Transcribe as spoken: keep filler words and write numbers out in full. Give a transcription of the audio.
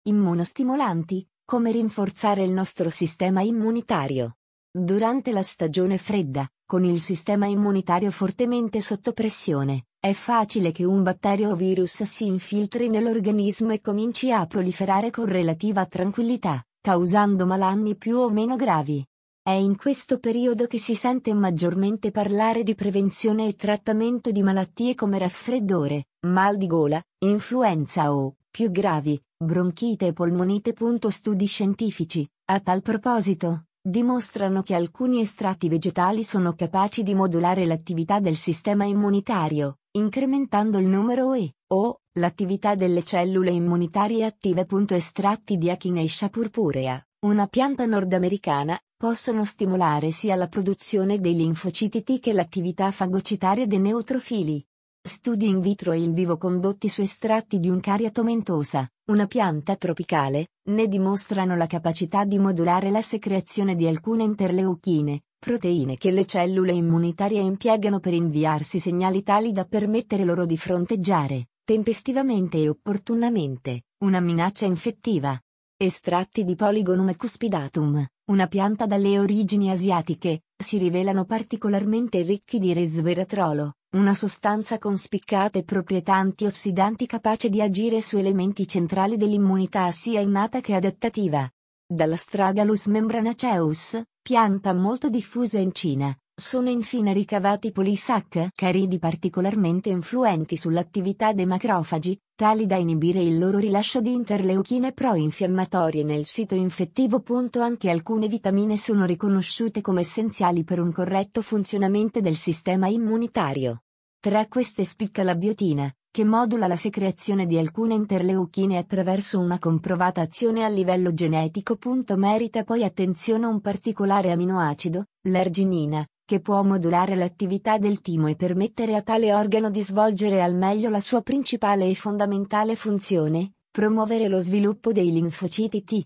Immunostimolanti, come rinforzare il nostro sistema immunitario. Durante la stagione fredda, con il sistema immunitario fortemente sotto pressione, è facile che un batterio o virus si infiltri nell'organismo e cominci a proliferare con relativa tranquillità, causando malanni più o meno gravi. È in questo periodo che si sente maggiormente parlare di prevenzione e trattamento di malattie come raffreddore, mal di gola, influenza o, più gravi, bronchite e polmonite. Studi scientifici, a tal proposito, dimostrano che alcuni estratti vegetali sono capaci di modulare l'attività del sistema immunitario, incrementando il numero e, o, l'attività delle cellule immunitarie attive. Estratti di Echinacea purpurea, una pianta nordamericana, possono stimolare sia la produzione dei linfociti T che l'attività fagocitaria dei neutrofili. Studi in vitro e in vivo condotti su estratti di Uncaria tomentosa, una pianta tropicale, ne dimostrano la capacità di modulare la secrezione di alcune interleuchine, proteine che le cellule immunitarie impiegano per inviarsi segnali tali da permettere loro di fronteggiare, tempestivamente e opportunamente, una minaccia infettiva. Estratti di Polygonum cuspidatum, una pianta dalle origini asiatiche, si rivelano particolarmente ricchi di resveratrolo, una sostanza con spiccate proprietà antiossidanti capace di agire su elementi centrali dell'immunità sia innata che adattativa. Dall'Astragalus membranaceus, pianta molto diffusa in Cina, sono infine ricavati polisaccaridi particolarmente influenti sull'attività dei macrofagi, tali da inibire il loro rilascio di interleuchine pro-infiammatorie nel sito infettivo. Anche alcune vitamine sono riconosciute come essenziali per un corretto funzionamento del sistema immunitario. Tra queste spicca la biotina, che modula la secrezione di alcune interleuchine attraverso una comprovata azione a livello genetico. Merita poi attenzione un particolare aminoacido, l'arginina, che può modulare l'attività del timo e permettere a tale organo di svolgere al meglio la sua principale e fondamentale funzione, promuovere lo sviluppo dei linfociti T.